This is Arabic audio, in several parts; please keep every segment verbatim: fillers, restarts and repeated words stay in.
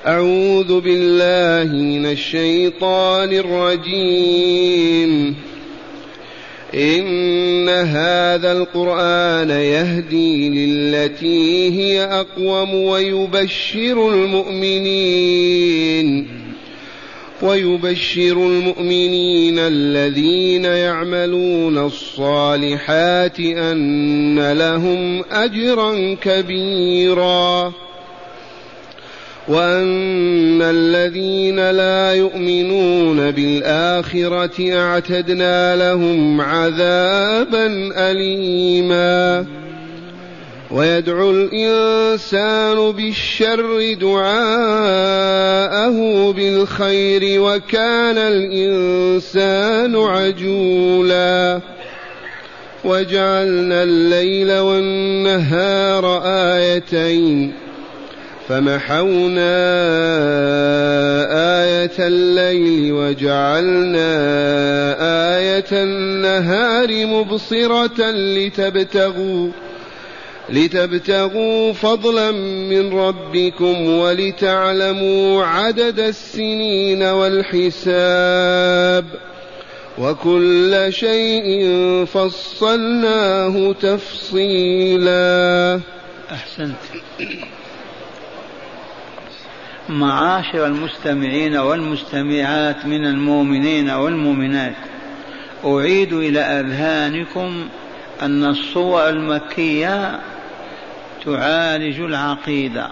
أعوذ بالله من الشيطان الرجيم. إن هذا القرآن يهدي للتي هي أقوم ويبشر المؤمنين ويبشر المؤمنين الذين يعملون الصالحات أن لهم أجرا كبيرا وأن الذين لا يؤمنون بالآخرة أعتدنا لهم عذابا أليما. ويدعو الإنسان بالشر دعاءه بالخير وكان الإنسان عجولا. وجعلنا الليل والنهار آيتين فمحونا آية الليل وجعلنا آية النهار مبصرة لتبتغوا لتبتغوا فضلا من ربكم ولتعلموا عدد السنين والحساب وكل شيء فصلناه تفصيلا. أحسنت. معاشر المستمعين والمستمعات من المؤمنين والمؤمنات، أعيد إلى أذهانكم أن الصور المكية تعالج العقيدة،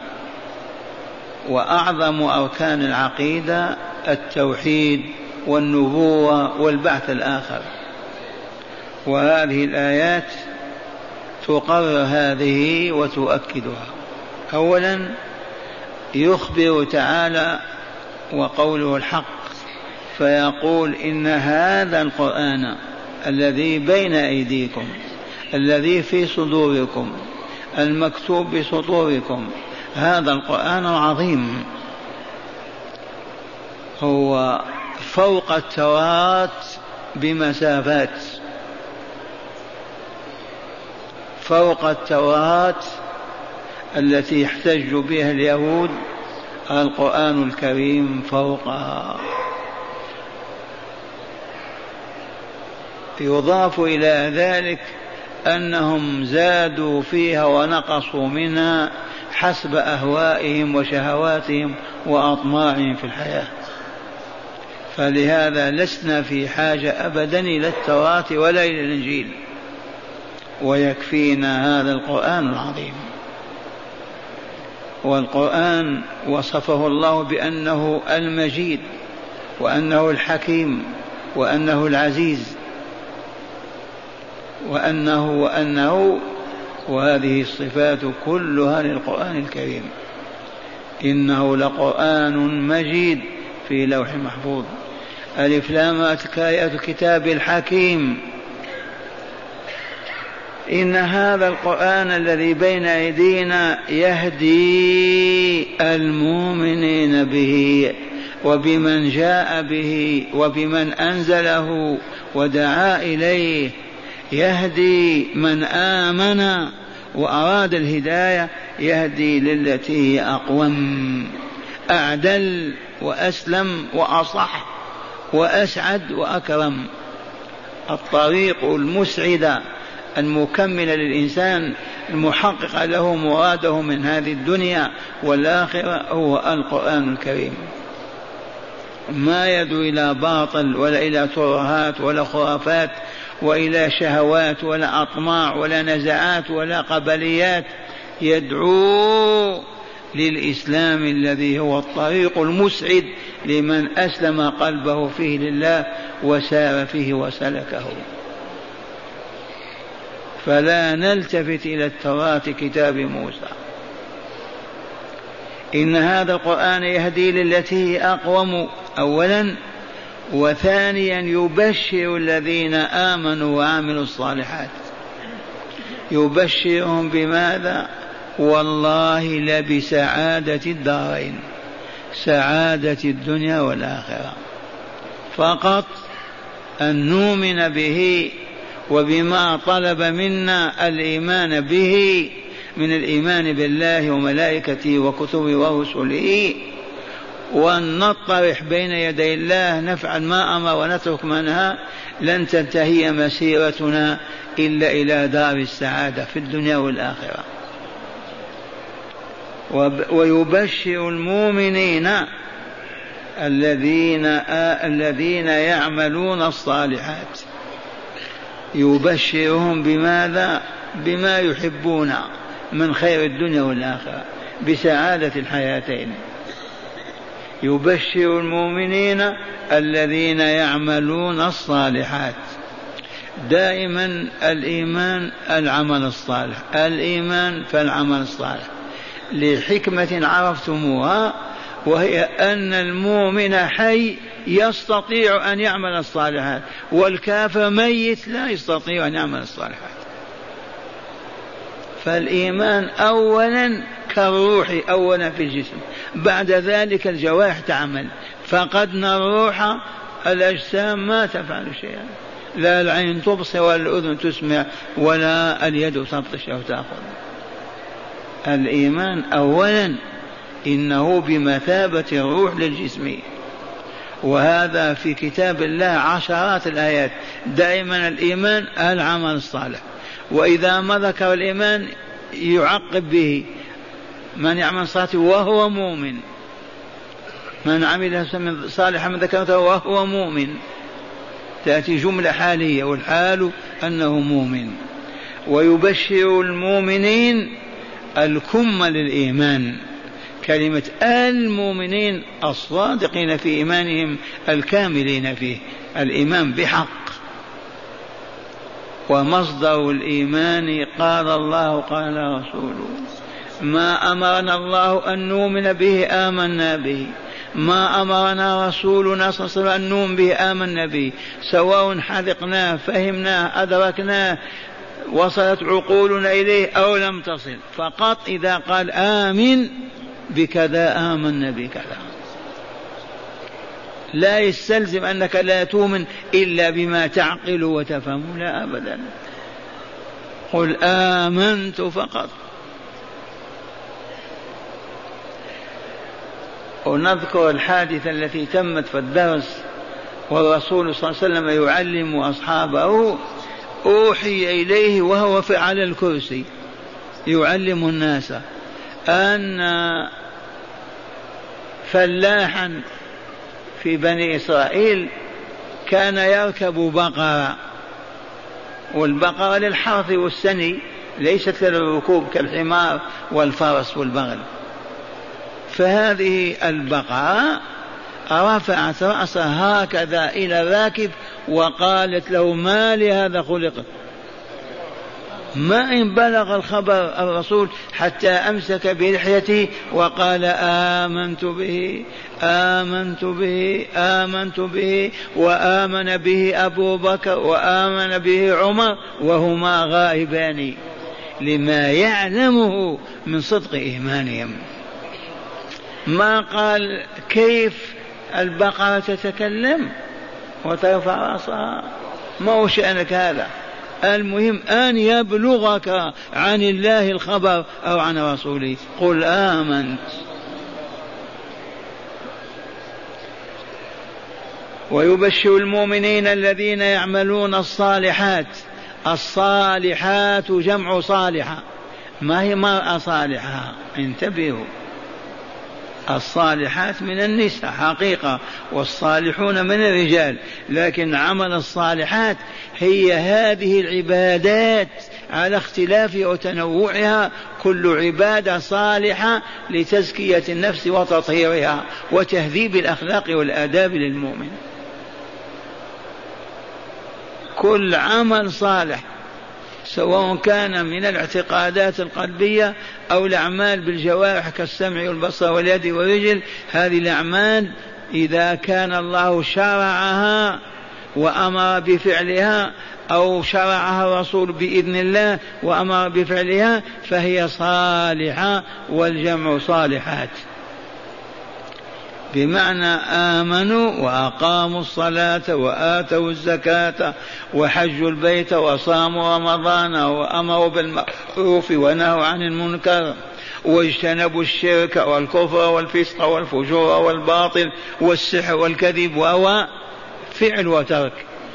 وأعظم أركان العقيدة التوحيد والنبوة والبعث الآخر، وهذه الآيات تقرر هذه وتؤكدها. أولا يخبر تعالى وقوله الحق فيقول إن هذا القرآن الذي بين أيديكم الذي في صدوركم المكتوب بسطوركم هذا القرآن العظيم هو فوق التوراة بمسافات، فوق التوراة التي احتج بها اليهود القرآن الكريم فوقها. يضاف إلى ذلك أنهم زادوا فيها ونقصوا منها حسب أهوائهم وشهواتهم وأطماعهم في الحياة، فلهذا لسنا في حاجة أبدا إلى التوراة ولا إلى الإنجيل، ويكفينا هذا القرآن العظيم. والقرآن وصفه الله بأنه المجيد وأنه الحكيم وأنه العزيز وأنه وأنه وهذه الصفات كلها للقرآن الكريم. إنه لقرآن مجيد في لوح محفوظ. ألف لام آيات الكتاب الحكيم. إن هذا القرآن الذي بين أيدينا يهدي المؤمنين به وبمن جاء به وبمن أنزله ودعا إليه، يهدي من آمن وأراد الهداية، يهدي للتي هي أقوم أعدل وأسلم وأصح وأسعد وأكرم. الطريق المسعدة المكملة للإنسان المحققة له مراده من هذه الدنيا والآخرة هو القرآن الكريم. ما يدعو إلى باطل ولا إلى ترهات ولا خرافات وإلى شهوات ولا أطماع ولا نزعات ولا قبليات، يدعو للإسلام الذي هو الطريق المسعد لمن أسلم قلبه فيه لله وسار فيه وسلكه. فلا نلتفت إلى التوراة كتاب موسى. إن هذا القرآن يهدي للتي هي أقوم أولا، وثانيا يبشر الذين آمنوا وعملوا الصالحات. يبشرهم بماذا؟ والله لبسعادة الدارين، سعادة الدنيا والآخرة. فقط أن نؤمن به وبما طلب منا الإيمان به من الإيمان بالله وملائكته وكتبه ورسله ونطرح بين يدي الله نفعل ما أمر ونترك ما نهى لن تنتهي مسيرتنا إلا إلى دار السعادة في الدنيا والآخرة. ويبشر المؤمنين الذين الذين يعملون الصالحات، يبشرهم بماذا؟ بما يحبون من خير الدنيا والآخرة، بسعادة الحياتين. يبشر المؤمنين الذين يعملون الصالحات. دائما الإيمان العمل الصالح، الإيمان فالعمل الصالح، لحكمة عرفتموها، وهي أن المؤمن حي يستطيع أن يعمل الصالحات، والكافر ميت لا يستطيع أن يعمل الصالحات. فالإيمان أولا كالروح أولا في الجسم، بعد ذلك الجوارح تعمل. فقدنا الروح، الأجسام ما تفعل شيئا، لا العين تبصر ولا الأذن تسمع ولا اليد تبطش أو تأخذ. الإيمان أولا إنه بمثابة الروح للجسم، وهذا في كتاب الله عشرات الآيات. دائما الإيمان العمل الصالح، وإذا ما ذكر الإيمان يعقب به من يعمل صالحا وهو مؤمن، من عمل صالحا من ذكرته وهو مؤمن، تأتي جملة حالية، والحال أنه مؤمن. ويبشر المؤمنين الكم للإيمان، كلمة المؤمنين الصادقين في إيمانهم الكاملين فيه، الإيمان بحق. ومصدر الإيمان قال الله قال رسوله، ما أمرنا الله أن نؤمن به آمنا به، ما أمرنا رسولنا صلى الله عليه وسلم أن نؤمن به آمنا به، سواء حذقناه فهمناه أدركناه وصلت عقولنا إليه أو لم تصل، فقط إذا قال آمن بكذا آمنا بكذا. لا يستلزم أنك لا تؤمن إلا بما تعقل وتفهم، لا أبدا. قل آمنت فقط. ونذكر الحادثة التي تمت في الدرس، والرسول صلى الله عليه وسلم يعلم أصحابه، أوحي إليه وهو على الكرسي يعلم الناس أن فلاحا في بني إسرائيل كان يركب بقرة، والبقرة للحرث والسني ليست للركوب كالحمار والفرس والبغل. فهذه البقرة رفعت رأسها هكذا إلى الراكب وقالت له ما لهذا خلق. ما إن بلغ الخبر الرسول حتى أمسك بلحيته وقال آمنت به آمنت به آمنت به، وآمن به أبو بكر وآمن به عمر وهما غائبان، لما يعلمه من صدق إيمانهم. ما قال كيف البقرة تتكلم وترفع رأسها، ما هو شأنك هذا، المهم أن يبلغك عن الله الخبر أو عن رسوله. قل آمنت. ويبشر المؤمنين الذين يعملون الصالحات. الصالحات جمع صالحة، ما هي مرأة صالحة، انتبهوا. الصالحات من النساء حقيقة، والصالحون من الرجال، لكن عمل الصالحات هي هذه العبادات على اختلافها وتنوعها، كل عبادة صالحة لتزكية النفس وتطهيرها وتهذيب الأخلاق والآداب للمؤمن. كل عمل صالح سواء كان من الاعتقادات القلبية أو الأعمال بالجوارح كالسمع والبصر واليد والرجل، هذه الأعمال إذا كان الله شرعها وأمر بفعلها أو شرعها الرسول بإذن الله وأمر بفعلها فهي صالحة، والجمع صالحات، بمعنى آمنوا وأقاموا الصلاة وآتوا الزكاة وحجوا البيت وصاموا رمضان وأمروا بالمعروف ونهوا عن المنكر واجتنبوا الشرك والكفر والفسق والفجور والباطل والسحر والكذب وهو فعل وترك.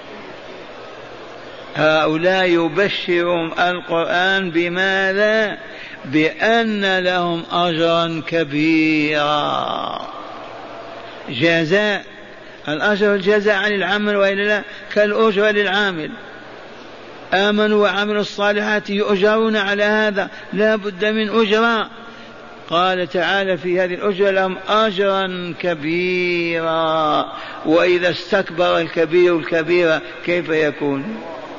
هؤلاء يبشرهم القرآن بماذا؟ بأن لهم أجرا كبيرا، جزاء. الأجر الجزاء عن العمل وإلا لا؟ كالأجر للعامل. آمنوا وعملوا الصالحات يؤجرون على هذا، لا بد من أجرا. قال تعالى في هذه الأجرة لهم أجرا كبيرا، وإذا استكبر الكبير الكبير كيف يكون؟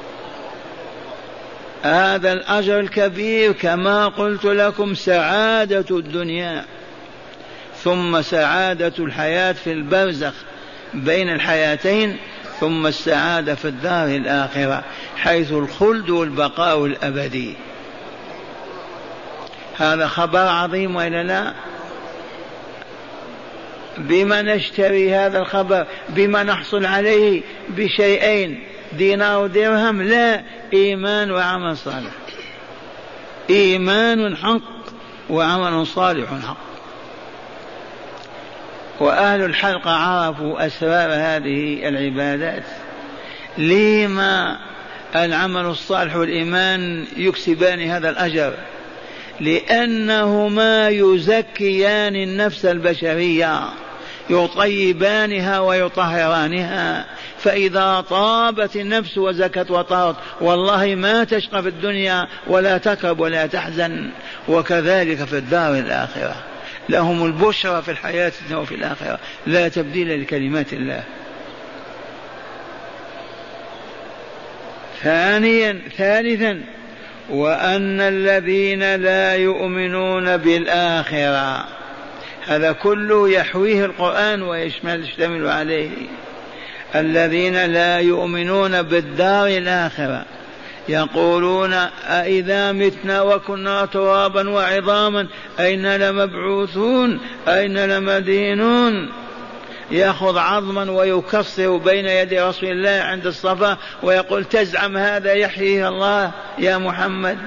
هذا الأجر الكبير كما قلت لكم سعادة الدنيا ثم سعادة الحياة في البرزخ بين الحياتين، ثم السعادة في الدار الآخرة حيث الخلد والبقاء الأبدي. هذا خبر عظيم وإلا لا؟ بما نشتري هذا الخبر؟ بما نحصل عليه؟ بشيئين، دينار ودرهم؟ لا، إيمان وعمل صالح. إيمان حق وعمل صالح حق. وأهل الحلقة عرفوا أسرار هذه العبادات. لما العمل الصالح والإيمان يكسبان هذا الأجر؟ لأنهما يزكيان النفس البشرية، يطيبانها ويطهرانها. فإذا طابت النفس وزكت وطهرت والله ما تشقى في الدنيا ولا تكرب ولا تحزن. وكذلك في الدار الآخرة لهم البشرى في الحياة وفي الآخرة، لا تبديل لكلمات الله. ثانيا ثالثا وأن الذين لا يؤمنون بالآخرة، هذا كله يحويه القرآن ويشمل يشتمل عليه. الذين لا يؤمنون بالدار الآخرة يقولون أئذا متنا وكنا ترابا وعظاما أين لمبعوثون أين لمدينون. يأخذ عظما ويكسر بين يدي رسول الله عند الصفا ويقول تزعم هذا يحييه الله يا محمد.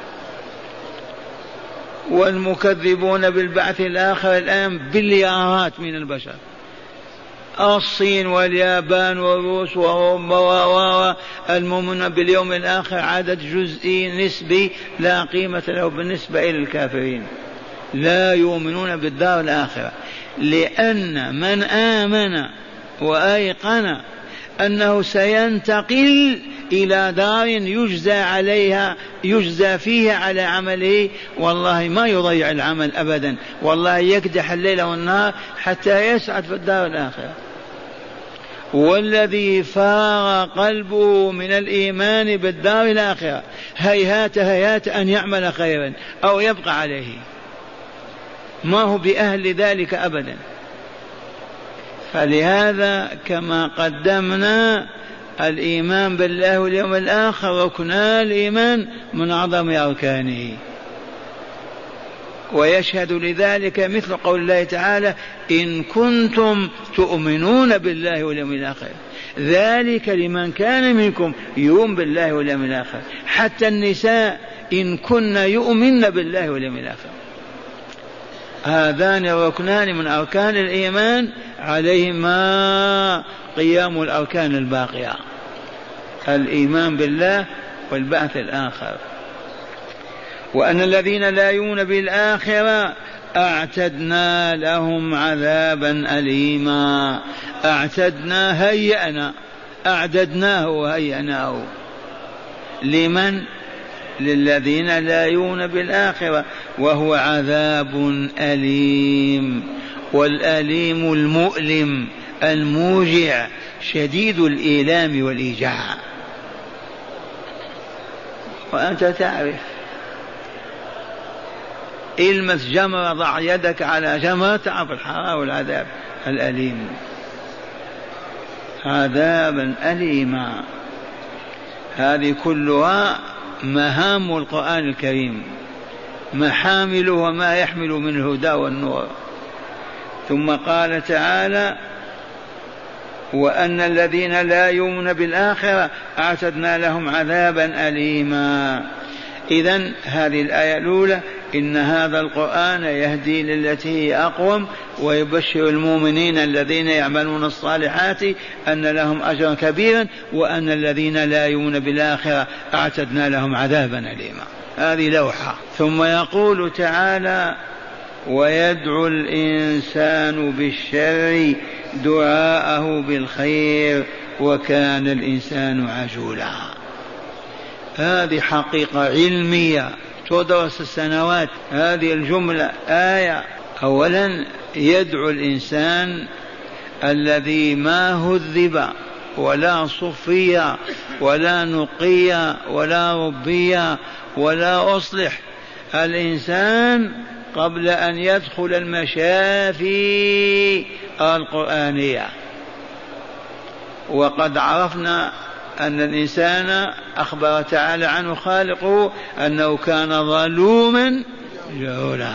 والمكذبون بالبعث الآخر الآن بليارات من البشر، الصين واليابان والروس وهم والمؤمنون باليوم الآخر عدد جزئي نسبي لا قيمة له بالنسبة إلى الكافرين. لا يؤمنون بالدار الآخرة، لأن من آمن وأيقن أنه سينتقل إلى دار يجزى عليها يجزى فيها على عمله، والله ما يضيع العمل أبدا، والله يكدح الليل والنهار حتى يسعد في الدار الآخرة. والذي فار قلبه من الإيمان بالدار الآخرة هيهات هيهات أن يعمل خيرا أو يبقى عليه، ما هو بأهل ذلك أبدا. فلهذا كما قدمنا الإيمان بالله واليوم الآخر ركنا الإيمان من أعظم أركانه، ويشهد لذلك مثل قول الله تعالى إن كنتم تؤمنون بالله واليوم الآخر، ذلك لمن كان منكم يؤمن بالله واليوم الآخر. حتى النساء إن كن يؤمن بالله واليوم الآخر. هذان الركنان من أركان الإيمان عليهما قيام الأركان الباقية، الإيمان بالله والبعث الآخر. وأن الذين لا يؤمنون بالآخرة أعتدنا لهم عذابا أليما. أعتدنا هيئنا، أعددناه وهيئناه. لمن؟ للذين لا يؤمنون بالآخرة، وهو عذاب أليم. والأليم المؤلم الموجع شديد الإيلام والإيجاع. وأنت تعرف، إلمس جمرة، ضع يدك على جمرة تعرف الحرارة والعذاب الأليم. عذابا أليما. هذه كلها مهام القرآن الكريم، محامله وما يحمل من الهدى والنور. ثم قال تعالى وأن الذين لا يؤمنون بالآخرة أعتدنا لهم عذابا أليما. إذن هذه الآية الأولى إن هذا القرآن يهدي للتي هي أقوم ويبشر المؤمنين الذين يعملون الصالحات أن لهم أجرا كبيرا وأن الذين لا يؤمنون بالآخرة أعتدنا لهم عذابا أليما. هذه لوحة. ثم يقول تعالى ويدعو الإنسان بالشر دعاءه بالخير وكان الإنسان عجولا. هذه حقيقة علمية تدرس السنوات. هذه الجملة آية. أولا يدعو الإنسان الذي ما هذب ولا صفي ولا نقي ولا ربي ولا أصلح، الإنسان قبل أن يدخل المشافي القرآنية. وقد عرفنا أن الإنسان أخبر تعالى عنه خالقه أنه كان ظلوما جهولا.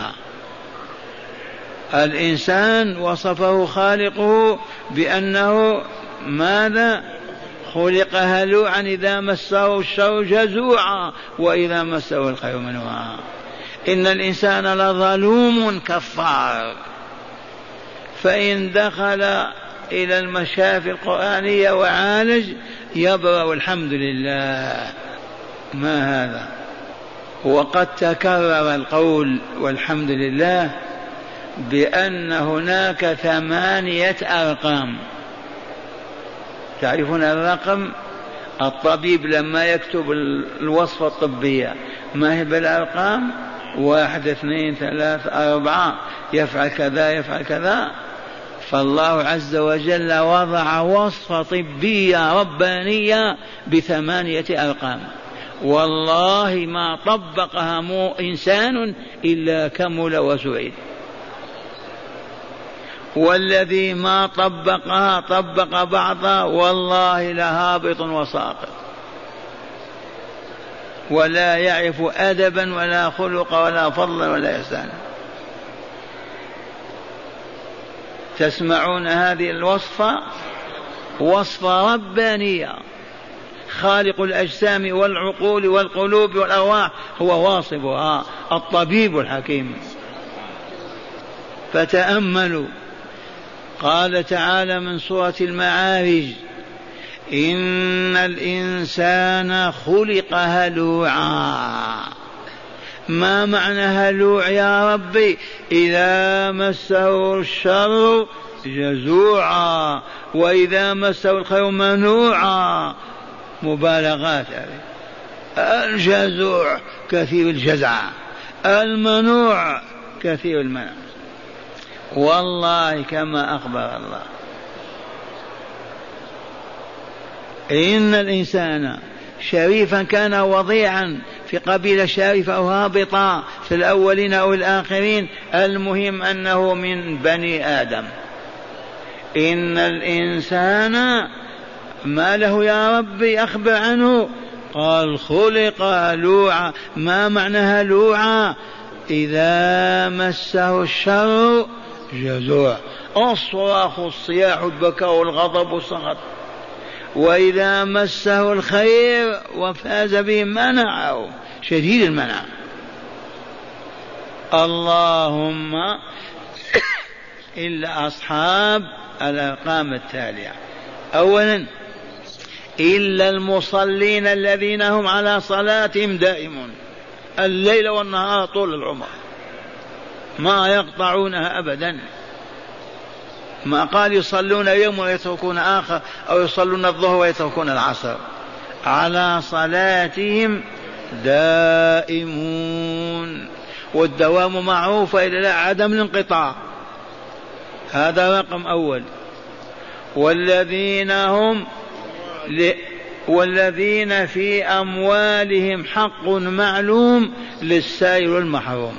الإنسان وصفه خالقه بأنه ماذا؟ خلق هلوعا إذا مسه الشر جزوعا وإذا مسه الخير منوعا. إن الإنسان لظلوم كفار. فإن دخل إلى المشافي القرآنية وعالج يبرأ والحمد لله. ما هذا؟ وقد تكرر القول والحمد لله بأن هناك ثمانية أرقام. تعرفون الرقم؟ الطبيب لما يكتب الوصفة الطبية ما هي بالأرقام؟ واحد اثنين ثلاثة أربعة، يفعل كذا يفعل كذا. فالله عز وجل وضع وصفة طبية ربانية بثمانية أرقام، والله ما طبقها مو إنسان إلا كمل وسعيد، والذي ما طبقها طبق بعضها والله لهابط وساقط، ولا يعرف أدبا ولا خلق ولا فضلا ولا إحسانا. تسمعون هذه الوصفة؟ وصفة ربانية. خالق الأجسام والعقول والقلوب والأرواح هو واصفها، الطبيب الحكيم. فتأملوا. قال تعالى من سورة المعارج إن الإنسان خلق هلوعا. ما معنى هلوع يا ربي؟ إذا مسه الشر جزوعا وإذا مسه الخير منوعا. مبالغات. الجزوع كثير الجزع، المنوع كثير المنع. والله كما أخبر الله إن الإنسان شريفا كان وضيعا في قبيلة شريفة أو هابطة في الأولين أو الآخرين، المهم أنه من بني آدم. إن الإنسان ما له يا ربي؟ أخبر عنه. قال خلق هلوعا. ما معنى هلوعا؟ إذا مسه الشر جزوع، الصراخ الصياح البكاء والغضب والسخط، وإذا مسه الخير وفاز به منعه شديد المنع. اللهم إلا أصحاب الأرقام التالية. أولا إلا المصلين الذين هم على صلاتهم دائمون الليل والنهار طول العمر ما يقطعونها أبدا. ما قال يصلون يوم ويتركون آخر أو يصلون الظهر ويتركون العصر. على صلاتهم دائمون، والدوام معروف إلى لا عدم الانقطاع. هذا رقم أول. والذين هم ل... والذين في أموالهم حق معلوم للسائل والمحروم.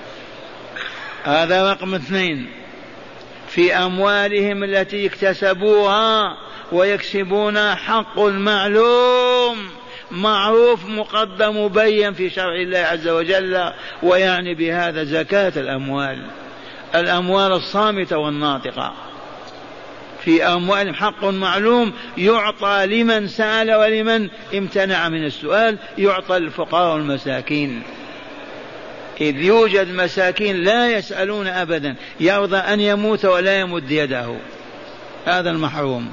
هذا رقم اثنين. في أموالهم التي اكتسبوها ويكسبون حق معلوم معروف مقدم مبين في شرع الله عز وجل، ويعني بهذا زكاة الأموال، الأموال الصامتة والناطقة. في أموالهم حق معلوم يعطى لمن سأل ولمن امتنع من السؤال، يعطى الفقراء والمساكين. إذ يوجد مساكين لا يسألون أبدا، يرضى أن يموت ولا يمد يده، هذا المحروم.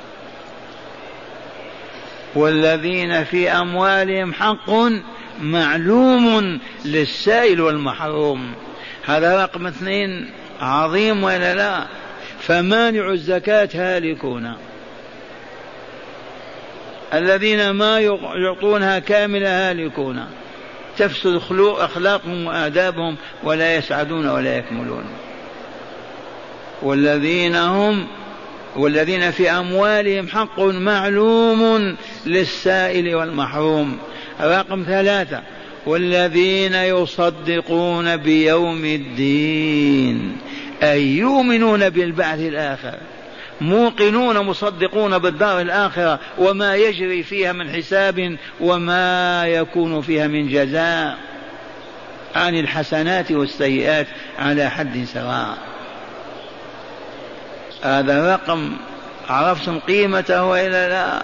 والذين في أموالهم حق معلوم للسائل والمحروم، هذا رقم اثنين عظيم ولا لا؟ فمانع الزكاة هالكون، الذين ما يعطونها كاملة هالكون، تفسد أخلاقهم وآدابهم ولا يسعدون ولا يكملون. والذين هم والذين في أموالهم حق معلوم للسائل والمحروم. رقم ثلاثة والذين يصدقون بيوم الدين، أي يؤمنون بالبعث الآخر، موقنون مصدقون بالدار الآخرة وما يجري فيها من حساب وما يكون فيها من جزاء عن الحسنات والسيئات على حد سواء. هذا رقم عرفتم قيمته وإلا لا؟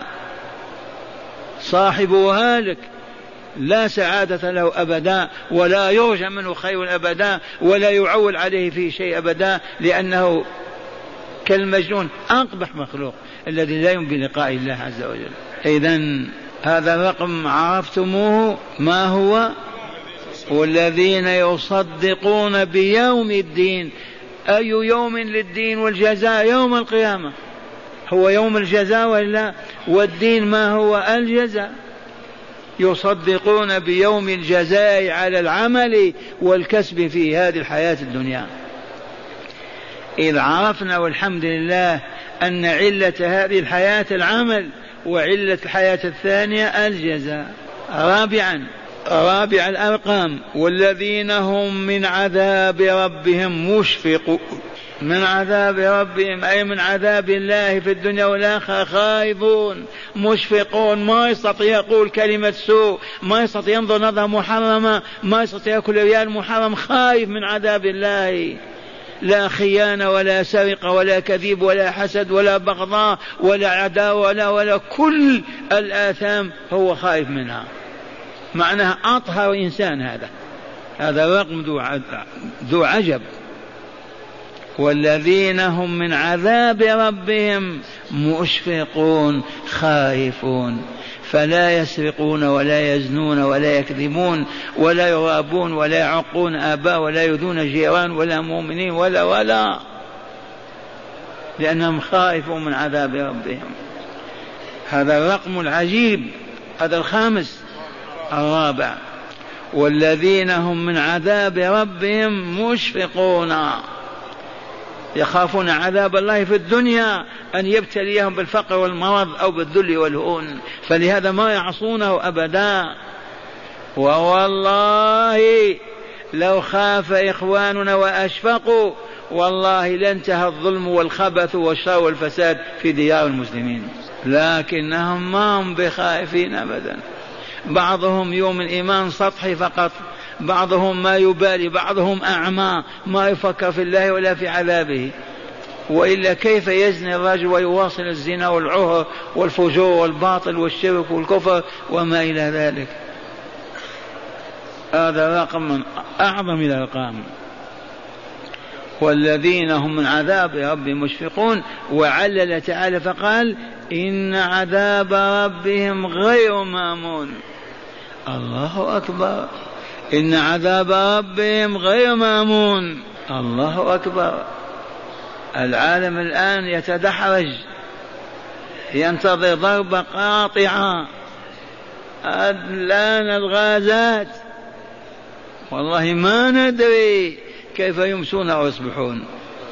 صاحبه هالك، لا سعادة له أبدا، ولا يرجى منه خير أبدا، ولا يعول عليه في شيء أبدا، لأنه كالمجنون أقبح مخلوق الذي لا يمكن لقاء الله عز وجل. إذن هذا الرقم عرفتموه ما هو؟ والذين يصدقون بيوم الدين. أي يوم للدين والجزاء؟ يوم القيامة، هو يوم الجزاء ولا؟ والدين ما هو؟ الجزاء. يصدقون بيوم الجزاء على العمل والكسب في هذه الحياة الدنيا. إذ عرفنا والحمد لله أن علة هذه الحياة العمل، وعلة الحياة الثانية الجزاء. رابعا رابع الأرقام والذين هم من عذاب ربهم مشفقون. من عذاب ربهم أي من عذاب الله في الدنيا والآخرة خائفون مشفقون، ما يستطيع يقول كلمة سوء، ما يستطيع ينظر نظرة محرمة، ما يستطيع يأكل ريال محرم، خائف من عذاب الله. لا خيانة ولا سرقة ولا كذب ولا حسد ولا بغضاء ولا عداوة ولا ولا كل الآثام هو خائف منها، معناها أطهر إنسان. هذا هذا رقم ذو عجب. والذين هم من عذاب ربهم مشفقون خائفون، فلا يسرقون ولا يزنون ولا يكذبون ولا يرابون ولا يعقون آباء ولا يؤذون جيران ولا مؤمنين ولا ولا لأنهم خائفون من عذاب ربهم. هذا الرقم العجيب. هذا الخامس. الرابع والذين هم من عذاب ربهم مشفقون، يخافون عذاب الله في الدنيا أن يبتليهم بالفقر والمرض أو بالذل والهون، فلهذا ما يعصونه أبدا. ووالله لو خاف إخواننا وأشفقوا والله لانتهى الظلم والخبث والشر والفساد في ديار المسلمين، لكنهم ما هم بخائفين أبدا. بعضهم يوم الإيمان سطحي فقط، بعضهم ما يبالي، بعضهم أعمى ما يفكر في الله ولا في عذابه. وإلا كيف يزني الرجل ويواصل الزنا والعهر والفجور والباطل والشرك والكفر وما إلى ذلك. هذا رقم من أعظم الأرقام. والذين هم من عذاب ربهم مشفقون. وعلل تعالى فقال إن عذاب ربهم غير مامون. الله أكبر. إن عذاب ربهم غير مامون. الله أكبر. العالم الآن يتدحرج ينتظر ضربة قاطعة. الآن الغازات والله ما ندري كيف يمسون أو يصبحون.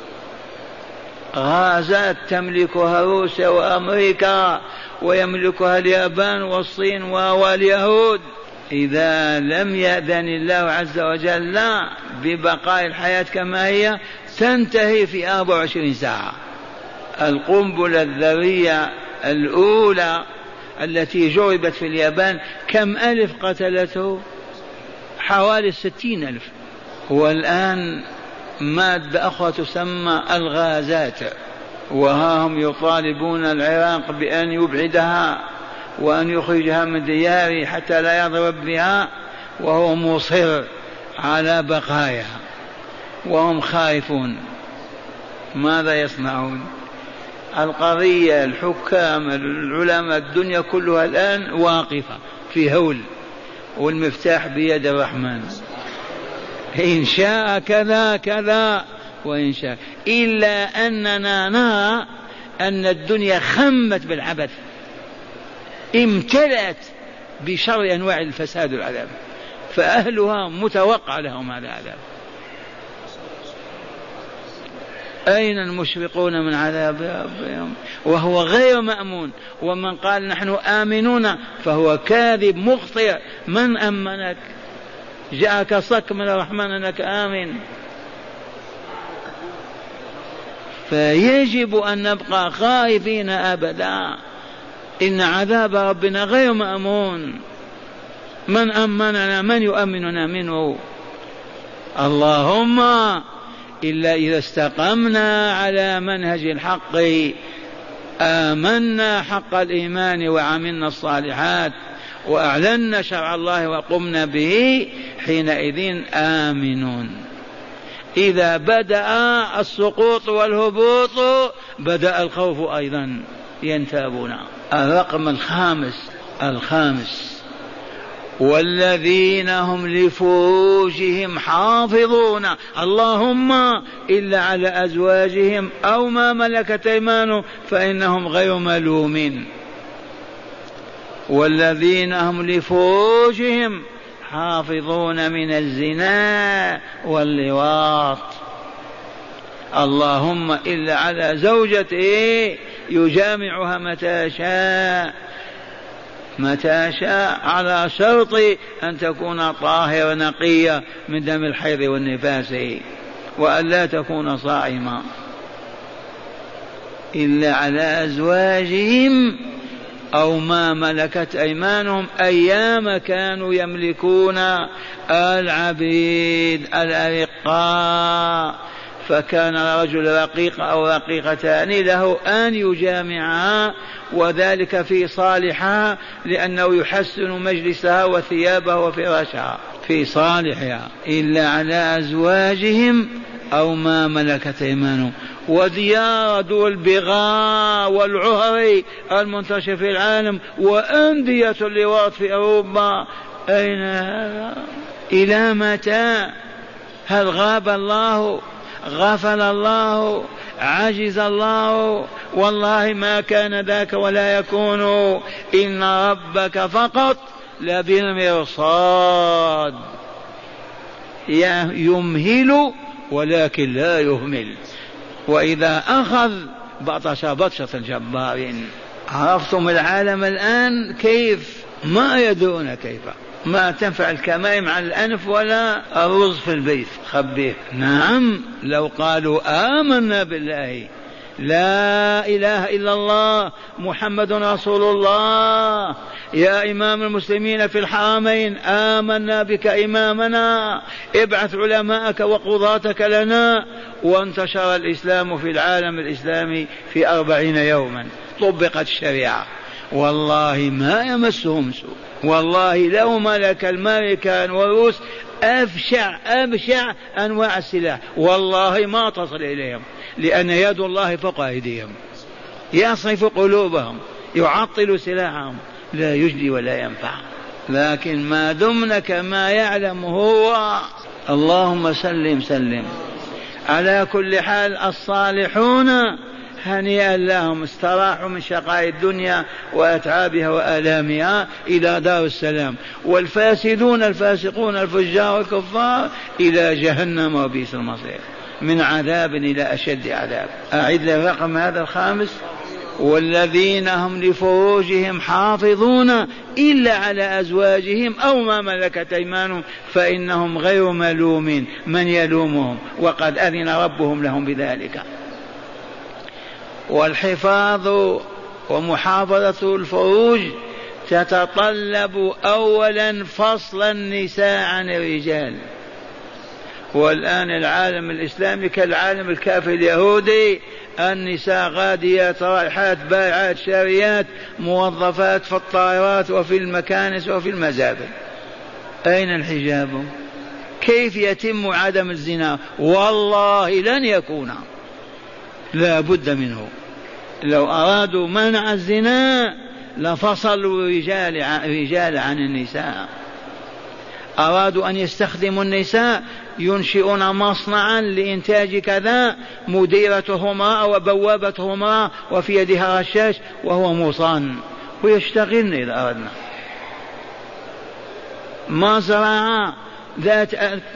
غازات تملكها روسيا وأمريكا ويملكها اليابان والصين واليهود. إذا لم يأذن الله عز وجل لا ببقاء الحياة كما هي تنتهي في أربع وعشرين ساعة. القنبلة الذرية الأولى التي جربت في اليابان كم ألف قتلته؟ حوالي ستين ألف. والآن مادة أخرى تسمى الغازات، وها هم يطالبون العراق بأن يبعدها وأن يخرجها من دياره حتى لا يضرب بها، وهو مصر على بقاياها وهم خائفون. ماذا يصنعون؟ القضية الحكام العلماء الدنيا كلها الآن واقفة في هول، والمفتاح بيد الرحمن، إن شاء كذا كذا وإن شاء، إلا أننا نرى أن الدنيا خمت بالعبث، امتلأت بشر أنواع الفساد والعذاب، فأهلها متوقع لهم هذا العذاب. أين المشفقون من عذاب ربهم؟ وهو غير مأمون. ومن قال نحن آمنون فهو كاذب مخطئ. من أمنك؟ جاءك صك من الرحمن أنك آمن. فيجب أن نبقى خائفين أبدا، إن عذاب ربنا غير مأمون. من أمننا؟ من يؤمننا منه؟ اللهم إلا إذا استقمنا على منهج الحق، آمنا حق الإيمان وعملنا الصالحات وأعلنا شرع الله وقمنا به، حينئذ آمنون. إذا بدأ السقوط والهبوط بدأ الخوف أيضا، ينتابون. الرقم الخامس الخامس والذين هم لفروجهم حافظون، اللهم إلا على أزواجهم أو ما ملكت أيمانهم فإنهم غير ملومين. والذين هم لفروجهم حافظون من الزنا واللواط، اللهم إلا على زوجته يجامعها متى شاء متى شاء على شرط أن تكون طاهرة نقية من دم الحيض والنفاس، وأن لا تكون صائمة. إلا على أزواجهم أو ما ملكت أيمانهم أيام كانوا يملكون العبيد الأرقاء، فكان رجل رقيق أو رقيقتان له أن يجامعها، وذلك في صالحها لأنه يحسن مجلسها وثيابها وفراشها في صالحها. إلا على أزواجهم أو ما ملكت أيمانهم. وديار دول البغاء والعهر المنتشر في العالم وأندية اللواط في أوروبا، أين هذا؟ إلى متى؟ هل غاب الله؟ غفل الله؟ عجز الله؟ والله ما كان ذاك ولا يكون. إن ربك فقط لبالمرصاد، يمهل ولكن لا يهمل، وإذا أخذ بطش بطشة الجبار. عرفتم العالم الآن كيف؟ ما يدرون كيف. ما تنفع الكمائم على الأنف ولا الرز في البيت خبيه. نعم، لو قالوا آمنا بالله لا إله إلا الله محمد رسول الله يا إمام المسلمين في الحرمين آمنا بك إمامنا، ابعث علماءك وقضاتك لنا، وانتشر الإسلام في العالم الإسلامي في أربعين يوما طبقت الشريعة، والله ما يمسهم سوء. والله لو ملك الملكان والروس أبشع أبشع أنواع السلاح والله ما تصل إليهم، لأن يد الله فوق أيديهم، يصرف قلوبهم، يعطل سلاحهم، لا يجدي ولا ينفع. لكن ما دمنا كما يعلم هو، اللهم سلم سلم. على كل حال الصالحون هنيئا لهم، استراحوا من شقاء الدنيا وأتعابها وآلامها إلى دار السلام. والفاسدون الفاسقون الفجار الكفار إلى جهنم وبئس المصير، من عذاب إلى أشد عذاب. أعد لي الرقم هذا الخامس: والذين هم لفروجهم حافظون إلا على أزواجهم أو ما ملكت أيمانهم فإنهم غير ملومين. من يلومهم وقد أذن ربهم لهم بذلك. والحفاظ ومحافظة الفروج تتطلب أولا فصل النساء عن الرجال. والآن العالم الإسلامي كالعالم الكافر اليهودي، النساء غاديات رائحات بائعات شاريات موظفات في الطائرات وفي المكانس وفي المزابل. أين الحجاب؟ كيف يتم عدم الزنا؟ والله لن يكون، لا بد منه. لو أرادوا منع الزنا لفصلوا رجال رجال عن النساء. أرادوا أن يستخدموا النساء ينشئون مصنعا لإنتاج كذا، مديرته امرأة وبوابته امرأة وفي يدها رشاش وهو مصان، ويشتغلن إذا أردنا. مزرعة ذات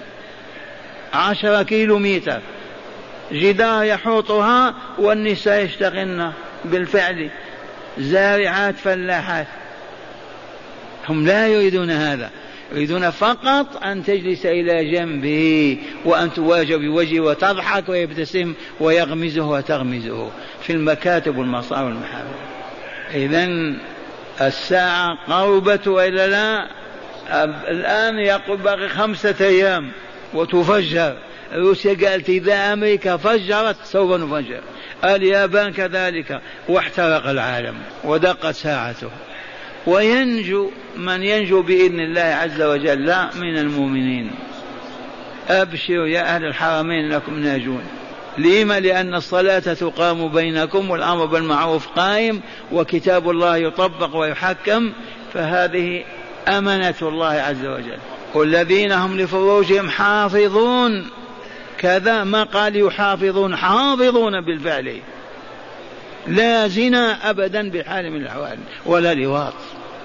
عشرة كيلو متر، جدار يحوطها والنساء يشتغلن بالفعل، زارعات فلاحات. هم لا يريدون هذا، يريدون فقط أن تجلس إلى جنبه وأن تواجه بوجهه وتضحك ويبتسم ويغمزه وتغمزه في المكاتب والمصانع والمحافل. إذن الساعة قربت وإلا لا؟ الآن يقول باقي خمسة أيام وتفجر. روسيا قالت إذا أمريكا فجرت سوف نفجر، اليابان كذلك، واحترق العالم ودقت ساعته. وينجو من ينجو بإذن الله عز وجل من المؤمنين. أبشروا يا أهل الحرمين لكم ناجون. لما؟ لأن الصلاة تقام بينكم والأمر بالمعروف قائم وكتاب الله يطبق ويحكم، فهذه أمانة الله عز وجل. والذين هم لفروجهم حافظون كذا، ما قال يحافظون، حافظون بالفعل، لا زنا أبدا بحال من الأحوال ولا لواط.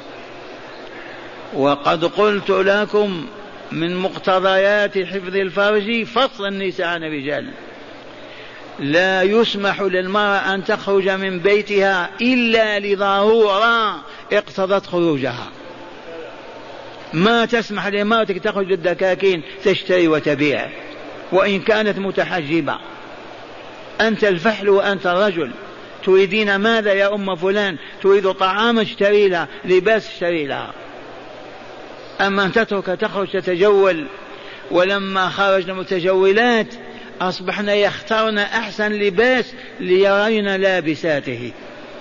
وقد قلت لكم من مقتضيات حفظ الفرج فصل النساء عن الرجال. لا يسمح للمرأة أن تخرج من بيتها إلا لضرورة اقتضت خروجها. ما تسمح لمرأتك تخرج الدكاكين تشتري وتبيع وإن كانت متحجبة. أنت الفحل وأنت الرجل، تريدين ماذا يا أم فلان؟ تريد طعام اشتري لها، لباس اشتري لها. أما أن تترك تخرج تتجول. ولما خرجنا متجولات أصبحنا يختارن أحسن لباس ليرين لابساته،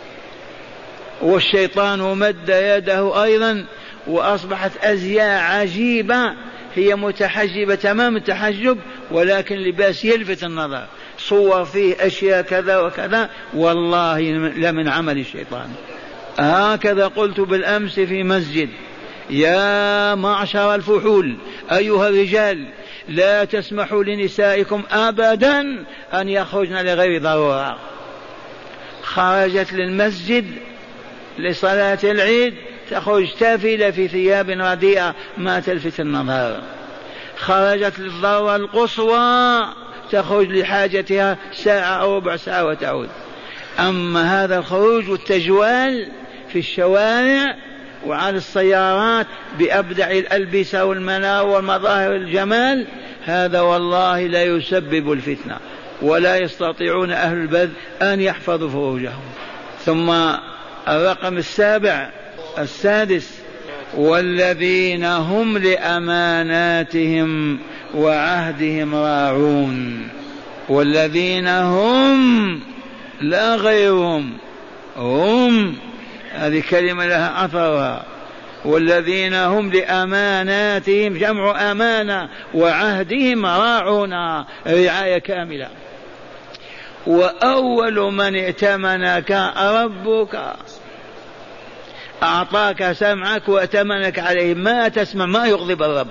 والشيطان مد يده أيضا وأصبحت أزياء عجيبة، هي متحجبة تمام التحجب ولكن لباس يلفت النظر، صور فيه أشياء كذا وكذا، والله لمن عمل الشيطان. هكذا قلت بالأمس في مسجد: يا معشر الفحول أيها الرجال، لا تسمحوا لنسائكم أبدا أن يخرجن لغير ضرورة. خرجت للمسجد لصلاة العيد تخرج تافلة في ثياب رديئة ما تلفت النظر. خرجت للضرورة القصوى تخرج لحاجتها ساعة أو ربع ساعة وتعود. أما هذا الخروج والتجوال في الشوارع وعلى السيارات بأبدع الألبسة والمناور والمظاهر الجمال، هذا والله لا يسبب الفتنة ولا يستطيعون أهل البذل أن يحفظوا فروجهم. ثم الرقم السابع السادس: والذين هم لأماناتهم وعهدهم راعون. والذين هم لا غيرهم، هم هذه كلمة لها أثرها. والذين هم لأماناتهم جمع أمانة وعهدهم راعون، رعاية كاملة. وأول من ائتمنك ربك، أعطاك سمعك وأتمنك عليه، ما تسمع ما يغضب الرب.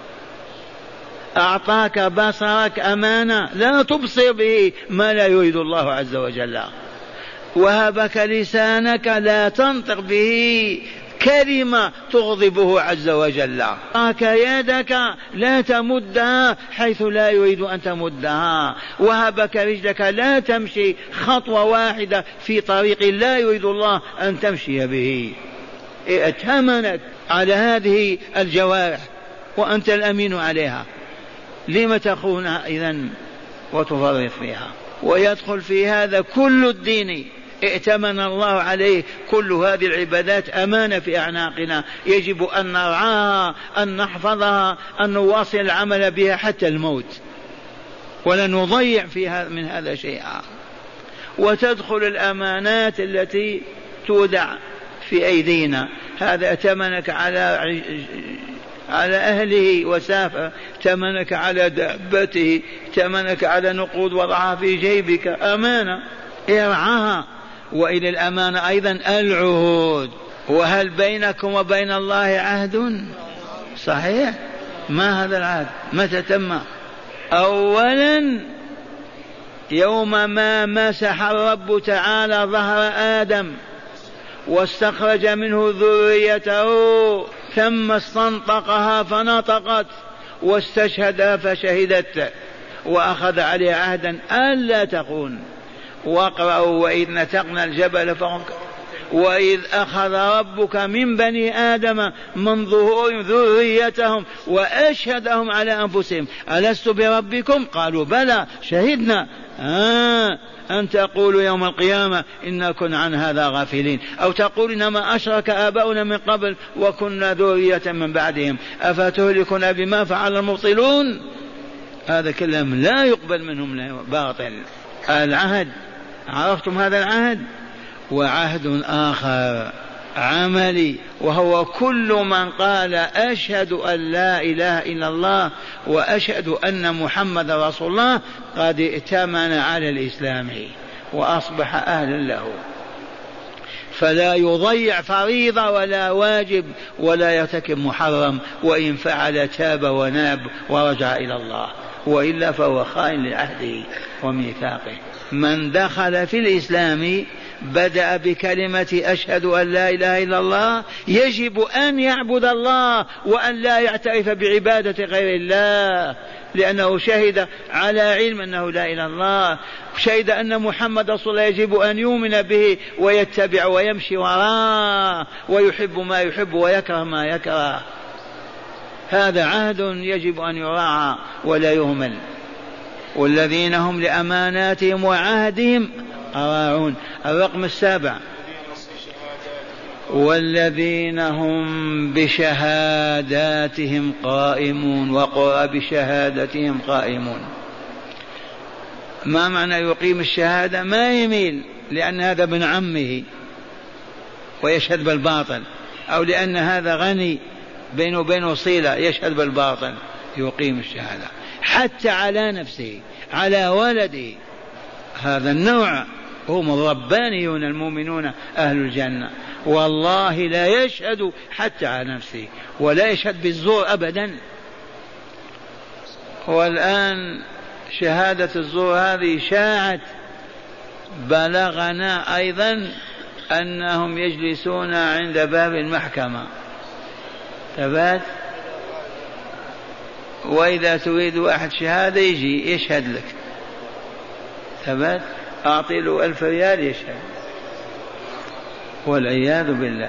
أعطاك بصرك أمانة لا تبصر به ما لا يريد الله عز وجل. وهبك لسانك لا تنطق به كلمة تغضبه عز وجل. أعطاك يدك لا تمدها حيث لا يريد أن تمدها. وهبك رجلك لا تمشي خطوة واحدة في طريق لا يريد الله أن تمشي به. ائتمنك على هذه الجوارح وأنت الأمين عليها، لم تخونها إذن وتفرط فيها؟ ويدخل في هذا كل الدين، ائتمن الله عليه كل هذه العبادات أمانة في أعناقنا، يجب أن نرعاها، أن نحفظها، أن نواصل العمل بها حتى الموت، ولا نضيع فيها من هذا شيئا. وتدخل الأمانات التي تودع في أيدينا، هذا ائتمنك على على أهله وسافر، تمنك على دابته، تمنك على نقود وضعها في جيبك، أمانة ارعاها. وإلى الأمانة أيضا العهود. وهل بينكم وبين الله عهد؟ صحيح. ما هذا العهد؟ متى تم؟ أولا يوم ما مسح الرب تعالى ظهر آدم واستخرج منه ذريته، ثم استنطقها فنطقت واستشهدها فشهدت، وأخذ عليه عهدا ألا تخون. واقرأوا وإذ نتقنا الجبل فهم، وإذ أخذ ربك من بني آدم من ظهورهم ذريتهم وأشهدهم على أنفسهم ألست بربكم؟ قالوا بلى شهدنا. آه أن تقولوا يوم القيامة إنا كنا عن هذا غافلين، أو تقول إنما أشرك آباؤنا من قبل وكنا ذرية من بعدهم أفتهلكنا بما فعل المبطلون. هذا كلام لا يقبل منهم، باطل. العهد، عرفتم هذا العهد؟ وعهد آخر عملي، وهو كل من قال أشهد أن لا إله إلا الله وأشهد أن محمد رسول الله قد ائتمن على الإسلام وأصبح أهلا له، فلا يضيع فريضة ولا واجب ولا يرتكب محرم، وإن فعل تاب وناب ورجع إلى الله، وإلا فهو خائن لعهده وميثاقه. من دخل في الإسلام بدأ بكلمة أشهد أن لا إله إلا الله، يجب أن يعبد الله وأن لا يعترف بعبادة غير الله، لأنه شهد على علم أنه لا إله إلا الله، شهد أن محمد رسول الله، يجب أن يؤمن به ويتبع ويمشي وراءه ويحب ما يحب ويكره ما يكره. هذا عهد يجب أن يراعى ولا يهمل. والذين هم لأماناتهم وعهدهم راعون. الرقم السابع والذين هم بشهاداتهم قائمون، وقرأ بشهادتهم قائمون. ما معنى يقيم الشهادة؟ ما يميل لأن هذا ابن عمه ويشهد بالباطل، أو لأن هذا غني بينه وبينه صلة يشهد بالباطل، يقيم الشهادة حتى على نفسه على ولده. هذا النوع هم الربانيون المؤمنون أهل الجنة، والله لا يشهد حتى على نفسه ولا يشهد بالزور أبدا. والآن شهادة الزور هذه شاعت، بلغنا أيضا أنهم يجلسون عند باب المحكمة ثبات، وإذا تريد واحد شهادة يجي يشهد لك ثبات، أعطي له ألف ريال يشهد، والعياذ بالله.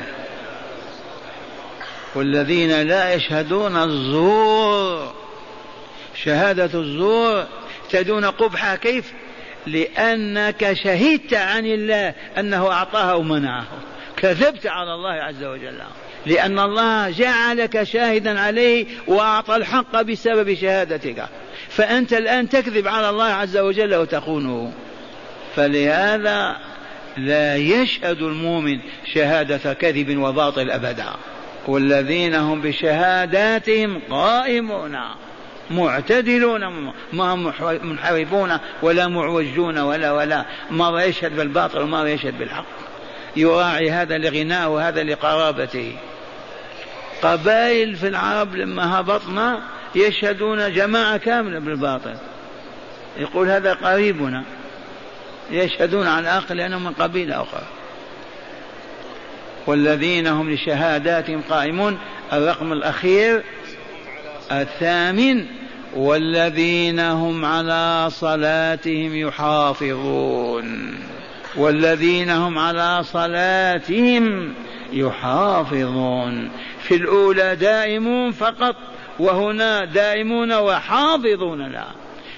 والذين لا يشهدون الزور، شهادة الزور تدون قبحها. كيف؟ لأنك شهدت عن الله أنه أعطاها ومنعه، كذبت على الله عز وجل، لأن الله جعلك شاهدا عليه وأعطى الحق بسبب شهادتك، فأنت الآن تكذب على الله عز وجل وتخونه. فلهذا لا يشهد المؤمن شهادة كذب وباطل أبدا. والذين هم بشهاداتهم قائمون معتدلون، ما هم منحرفون ولا معوجون ولا ولا مرة يشهد بالباطل ومرة يشهد بالحق، يراعي هذا لغناه وهذا لقرابته. قبائل في العرب لما هبطنا يشهدون جماعة كاملة بالباطل، يقول هذا قريبنا، يشهدون على الآخر لأنهم من قبيلة أخرى. والذين هم لشهاداتهم قائمون. الرقم الأخير الثامن والذين هم على صلاتهم يحافظون. والذين هم على صلاتهم يحافظون، في الأولى دائمون فقط، وهنا دائمون وحافظون لها،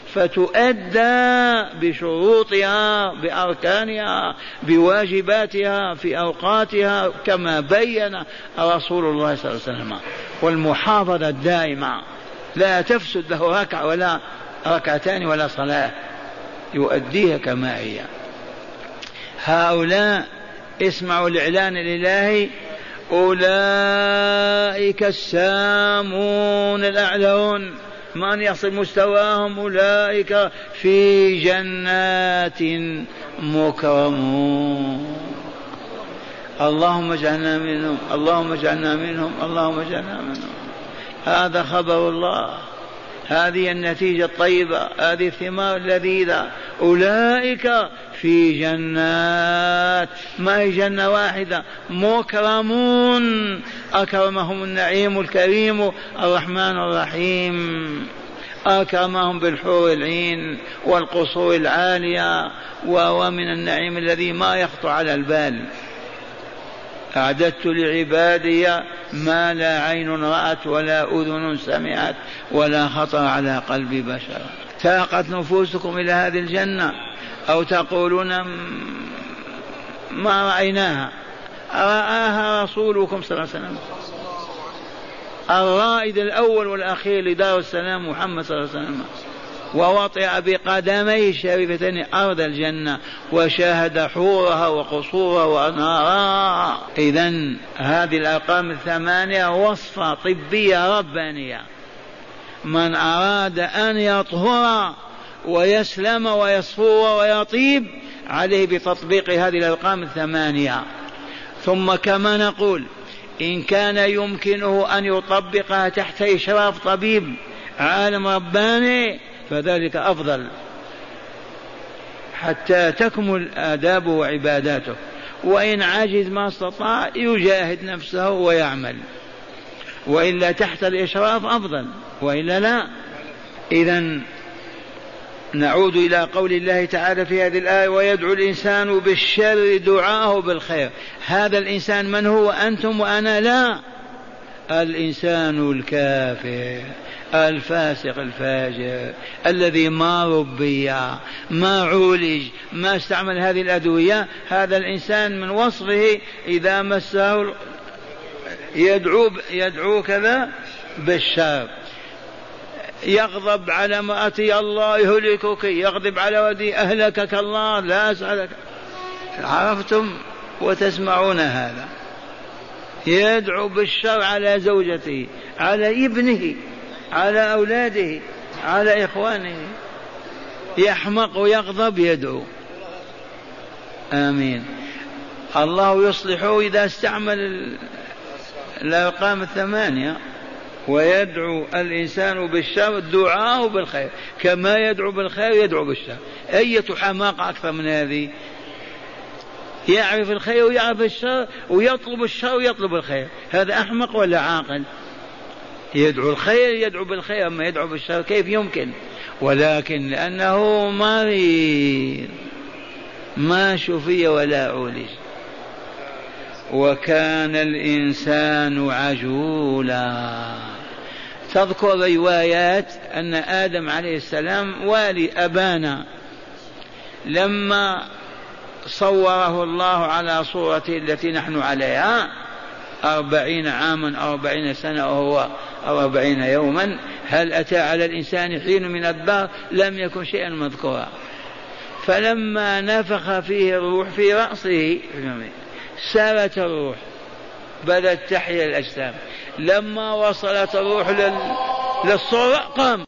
فتؤدى بشروطها بأركانها بواجباتها في أوقاتها كما بين رسول الله صلى الله عليه وسلم. والمحافظة الدائمة لا تفسد له ركعة ولا ركعتان ولا صلاة، يؤديها كما هي. هؤلاء اسمعوا الإعلان الإلهي أولئك السامون الأعلون، من يصل مستواهم؟ أولئك في جنات مكرمون. اللهم اجعلنا منهم، اللهم اجعلنا منهم، اللهم اجعلنا منهم. هذا خبر الله، هذه النتيجة الطيبة، هذه الثمار اللذيذة. أولئك في جنات، ما هي جنة واحدة، مكرمون، أكرمهم النعيم الكريم الرحمن الرحيم، أكرمهم بالحور العين والقصور العالية، ومن النعيم الذي ما يخطر على البال. أعددت لعبادي ما لا عين رأت ولا أذن سمعت ولا خطر على قلب بشر. تاقت نفوسكم إلى هذه الجنة أو تقولون ما رأيناها؟ رآها رسولكم صلى الله عليه وسلم، الرائد الأول والأخير لدار السلام محمد صلى الله عليه وسلم، ووطئ بقدميه الشريفتين أرض الجنة وشاهد حورها وقصورها وأنهارها. إذن هذه الأرقام الثمانية وصفة طبية ربانية. من أراد أن يطهر ويسلم ويصفو ويطيب عليه بتطبيق هذه الأرقام الثمانية. ثم كما نقول إن كان يمكنه أن يطبقها تحت إشراف طبيب عالم رباني فذلك أفضل حتى تكمل آدابه وعباداته، وإن عجز ما استطاع يجاهد نفسه ويعمل، وإلا تحت الإشراف أفضل، وإلا لا. إذن نعود إلى قول الله تعالى في هذه الآية ويدعو الإنسان بالشر دعاءه بالخير. هذا الإنسان من هو؟ أنتم وأنا؟ لا، الإنسان الكافر الفاسق الفاجر الذي ما ربي ما عولج ما استعمل هذه الأدوية. هذا الإنسان من وصفه إذا مسه يدعو, يدعو كذا بالشر، يغضب على امرأتي الله يهلكك، يغضب على ولدي أهلكك الله لا أسألك. عرفتم وتسمعون هذا؟ يدعو بالشر على زوجته، على ابنه، على أولاده، على إخوانه، يحمق ويغضب يدعو. آمين. الله يصلحه إذا استعمل الأرقام الثمانية. ويدعو الإنسان بالشر دعاءه بالخير، كما يدعو بالخير يدعو بالشر. أية حماقة أكثر من هذه؟ يعرف الخير ويعرف الشر ويطلب الشر ويطلب الخير، هذا أحمق ولا عاقل؟ يدعو الخير يدعو بالخير، أما يدعو بالشر كيف يمكن؟ ولكن لأنه مريض ما شفي ولا عولج. وكان الإنسان عجولا. تذكر روايات أن آدم عليه السلام والي أبانا لما صوره الله على صورته التي نحن عليها أربعين عاما أربعين سنة وهو أربعين يوما، هل أتى على الإنسان حين من الدهر لم يكن شيئا مذكورا. فلما نفخ فيه الروح في رأسه سارت الروح بدأت تحيا الأجسام. لما وصلت الروح للصورة قام